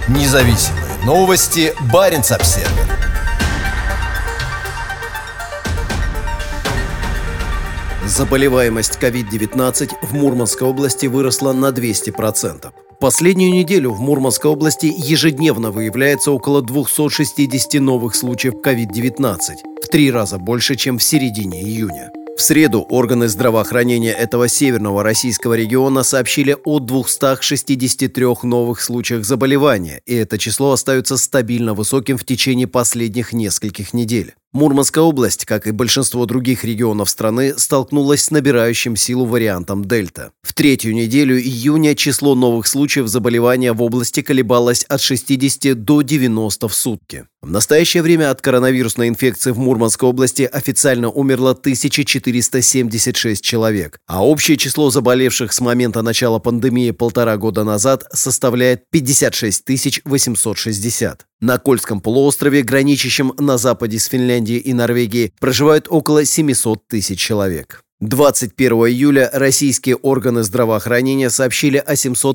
Независимые новости. Баренц-Обсервер. Заболеваемость COVID-19 в Мурманской области выросла на 200%. Последнюю неделю в Мурманской области ежедневно выявляется около 260 новых случаев COVID-19, в 3 раза больше, чем в середине июня. В среду органы здравоохранения этого северного российского региона сообщили о 263 новых случаях заболевания, и это число остается стабильно высоким в течение последних нескольких недель. Мурманская область, как и большинство других регионов страны, столкнулась с набирающим силу вариантом Дельта. В третью неделю июня число новых случаев заболевания в области колебалось от 60 до 90 в сутки. В настоящее время от коронавирусной инфекции в Мурманской области официально умерло 1476 человек, а общее число заболевших с момента начала пандемии 1,5 года назад составляет 56 860. На Кольском полуострове, граничащем на западе с Финляндией и Норвегией, проживают около 700 тысяч человек. 21 июля российские органы здравоохранения сообщили о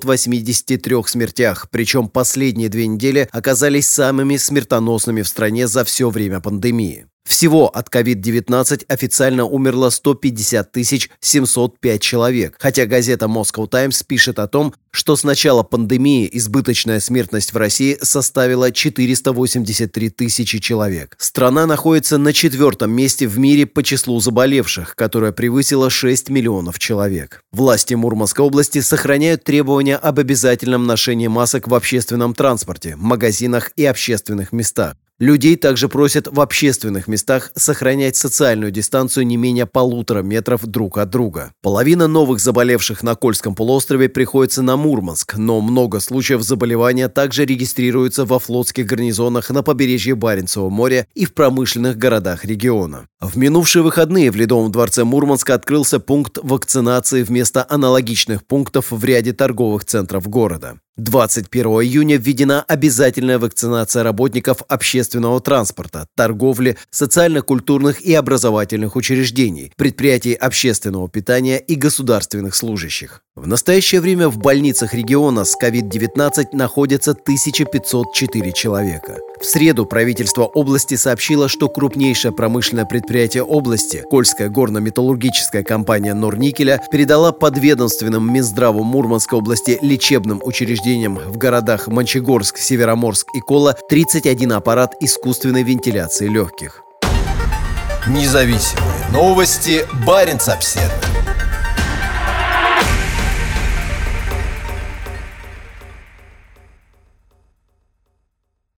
783 смертях, причем последние 2 недели оказались самыми смертоносными в стране за все время пандемии. Всего от COVID-19 официально умерло 150 705 человек, хотя газета Moscow Times пишет о том, что с начала пандемии избыточная смертность в России составила 483 тысячи человек. Страна находится на 4-м месте в мире по числу заболевших, которое превысило 6 миллионов человек. Власти Мурманской области сохраняют требования об обязательном ношении масок в общественном транспорте, магазинах и общественных местах. Людей также просят в общественных местах сохранять социальную дистанцию не менее 1,5 метров друг от друга. Половина новых заболевших на Кольском полуострове приходится на Мурманск, но много случаев заболевания также регистрируются во флотских гарнизонах на побережье Баренцева моря и в промышленных городах региона. В минувшие выходные в Ледовом дворце Мурманска открылся пункт вакцинации вместо аналогичных пунктов в ряде торговых центров города. 21 июня введена обязательная вакцинация работников общественного транспорта, торговли, социально-культурных и образовательных учреждений, предприятий общественного питания и государственных служащих. В настоящее время в больницах региона с COVID-19 находятся 1504 человека. В среду правительство области сообщило, что крупнейшее промышленное предприятие области, Кольская горно-металлургическая компания Норникеля, передала подведомственным Минздраву Мурманской области лечебным учреждениям в городах Мончегорск, Североморск и Кола 31 аппарат искусственной вентиляции легких. Независимые новости. Баренц-Обсервер.